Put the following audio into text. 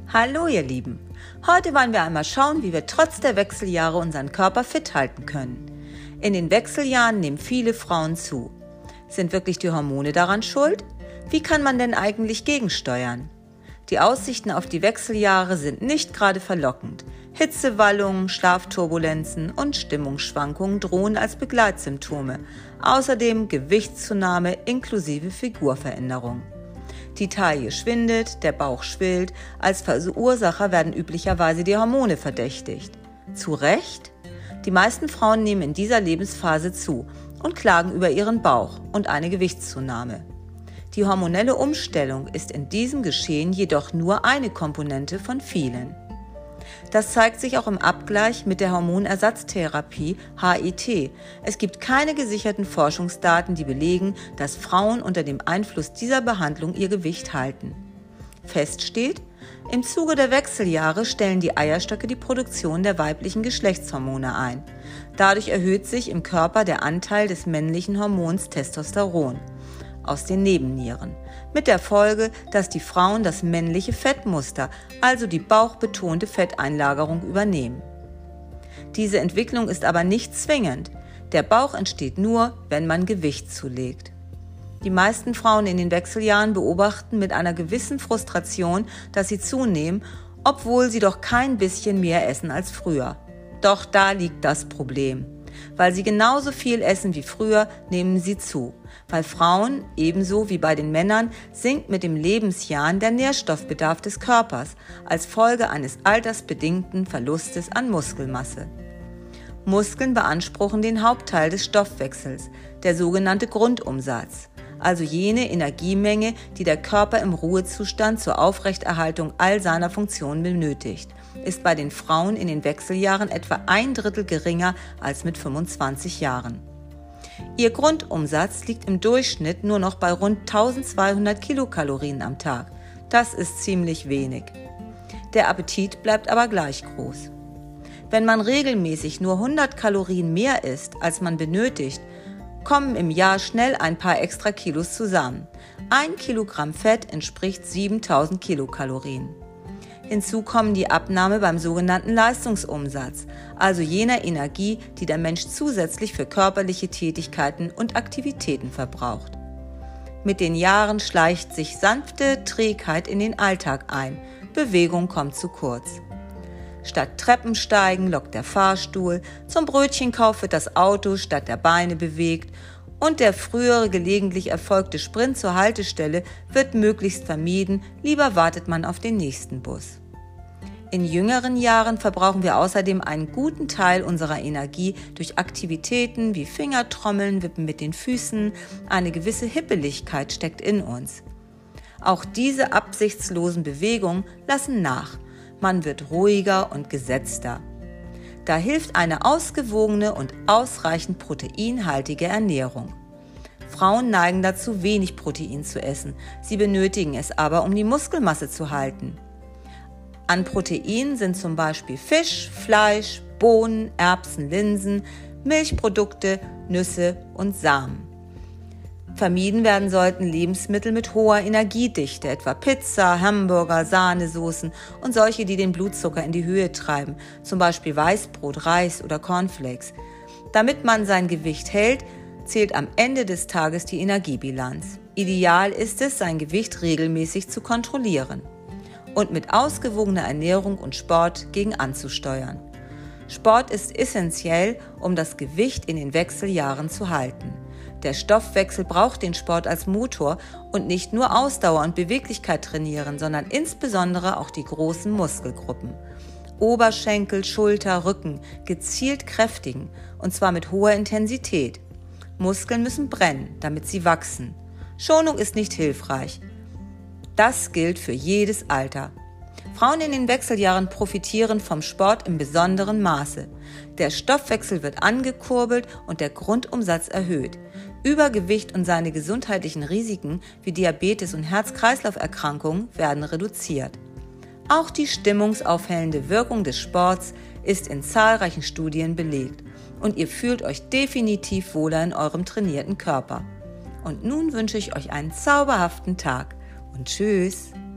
Hallo ihr Lieben, heute wollen wir einmal schauen, wie wir trotz der Wechseljahre unseren Körper fit halten können. In den Wechseljahren nehmen viele Frauen zu. Sind wirklich die Hormone daran schuld? Wie kann man denn eigentlich gegensteuern? Die Aussichten auf die Wechseljahre sind nicht gerade verlockend. Hitzewallungen, Schlafturbulenzen und Stimmungsschwankungen drohen als Begleitsymptome. Außerdem Gewichtszunahme inklusive Figurveränderung. Die Taille schwindet, der Bauch schwillt. Als Verursacher werden üblicherweise die Hormone verdächtigt. Zu Recht? Die meisten Frauen nehmen in dieser Lebensphase zu und klagen über ihren Bauch und eine Gewichtszunahme. Die hormonelle Umstellung ist in diesem Geschehen jedoch nur eine Komponente von vielen. Das zeigt sich auch im Abgleich mit der Hormonersatztherapie HRT. Es gibt keine gesicherten Forschungsdaten, die belegen, dass Frauen unter dem Einfluss dieser Behandlung ihr Gewicht halten. Fest steht, im Zuge der Wechseljahre stellen die Eierstöcke die Produktion der weiblichen Geschlechtshormone ein. Dadurch erhöht sich im Körper der Anteil des männlichen Hormons Testosteron aus den Nebennieren, mit der Folge, dass die Frauen das männliche Fettmuster, also die bauchbetonte Fetteinlagerung, übernehmen. Diese Entwicklung ist aber nicht zwingend. Der Bauch entsteht nur, wenn man Gewicht zulegt. Die meisten Frauen in den Wechseljahren beobachten mit einer gewissen Frustration, dass sie zunehmen, obwohl sie doch kein bisschen mehr essen als früher. Doch da liegt das Problem. Weil sie genauso viel essen wie früher, nehmen sie zu. Bei Frauen, ebenso wie bei den Männern, sinkt mit den Lebensjahren der Nährstoffbedarf des Körpers als Folge eines altersbedingten Verlustes an Muskelmasse. Muskeln beanspruchen den Hauptteil des Stoffwechsels, der sogenannte Grundumsatz, also jene Energiemenge, die der Körper im Ruhezustand zur Aufrechterhaltung all seiner Funktionen benötigt, ist bei den Frauen in den Wechseljahren etwa 1/3 geringer als mit 25 Jahren. Ihr Grundumsatz liegt im Durchschnitt nur noch bei rund 1200 Kilokalorien am Tag. Das ist ziemlich wenig. Der Appetit bleibt aber gleich groß. Wenn man regelmäßig nur 100 Kalorien mehr isst, als man benötigt, kommen im Jahr schnell ein paar extra Kilos zusammen. 1 Kilogramm Fett entspricht 7000 Kilokalorien. Hinzu kommen die Abnahme beim sogenannten Leistungsumsatz, also jener Energie, die der Mensch zusätzlich für körperliche Tätigkeiten und Aktivitäten verbraucht. Mit den Jahren schleicht sich sanfte Trägheit in den Alltag ein, Bewegung kommt zu kurz. Statt Treppensteigen lockt der Fahrstuhl, zum Brötchenkauf wird das Auto statt der Beine bewegt und der frühere gelegentlich erfolgte Sprint zur Haltestelle wird möglichst vermieden, lieber wartet man auf den nächsten Bus. In jüngeren Jahren verbrauchen wir außerdem einen guten Teil unserer Energie durch Aktivitäten wie Fingertrommeln, Wippen mit den Füßen, eine gewisse Hippeligkeit steckt in uns. Auch diese absichtslosen Bewegungen lassen nach, man wird ruhiger und gesetzter. Da hilft eine ausgewogene und ausreichend proteinhaltige Ernährung. Frauen neigen dazu, wenig Protein zu essen. Sie benötigen es aber, um die Muskelmasse zu halten. An Proteinen sind zum Beispiel Fisch, Fleisch, Bohnen, Erbsen, Linsen, Milchprodukte, Nüsse und Samen. Vermieden werden sollten Lebensmittel mit hoher Energiedichte, etwa Pizza, Hamburger, Sahnesoßen und solche, die den Blutzucker in die Höhe treiben, zum Beispiel Weißbrot, Reis oder Cornflakes. Damit man sein Gewicht hält, zählt am Ende des Tages die Energiebilanz. Ideal ist es, sein Gewicht regelmäßig zu kontrollieren und mit ausgewogener Ernährung und Sport gegen anzusteuern. Sport ist essentiell, um das Gewicht in den Wechseljahren zu halten. Der Stoffwechsel braucht den Sport als Motor und nicht nur Ausdauer und Beweglichkeit trainieren, sondern insbesondere auch die großen Muskelgruppen. Oberschenkel, Schulter, Rücken gezielt kräftigen und zwar mit hoher Intensität. Muskeln müssen brennen, damit sie wachsen. Schonung ist nicht hilfreich. Das gilt für jedes Alter. Frauen in den Wechseljahren profitieren vom Sport im besonderen Maße. Der Stoffwechsel wird angekurbelt und der Grundumsatz erhöht. Übergewicht und seine gesundheitlichen Risiken wie Diabetes und Herz-Kreislauf-Erkrankungen werden reduziert. Auch die stimmungsaufhellende Wirkung des Sports ist in zahlreichen Studien belegt und ihr fühlt euch definitiv wohler in eurem trainierten Körper. Und nun wünsche ich euch einen zauberhaften Tag und tschüss!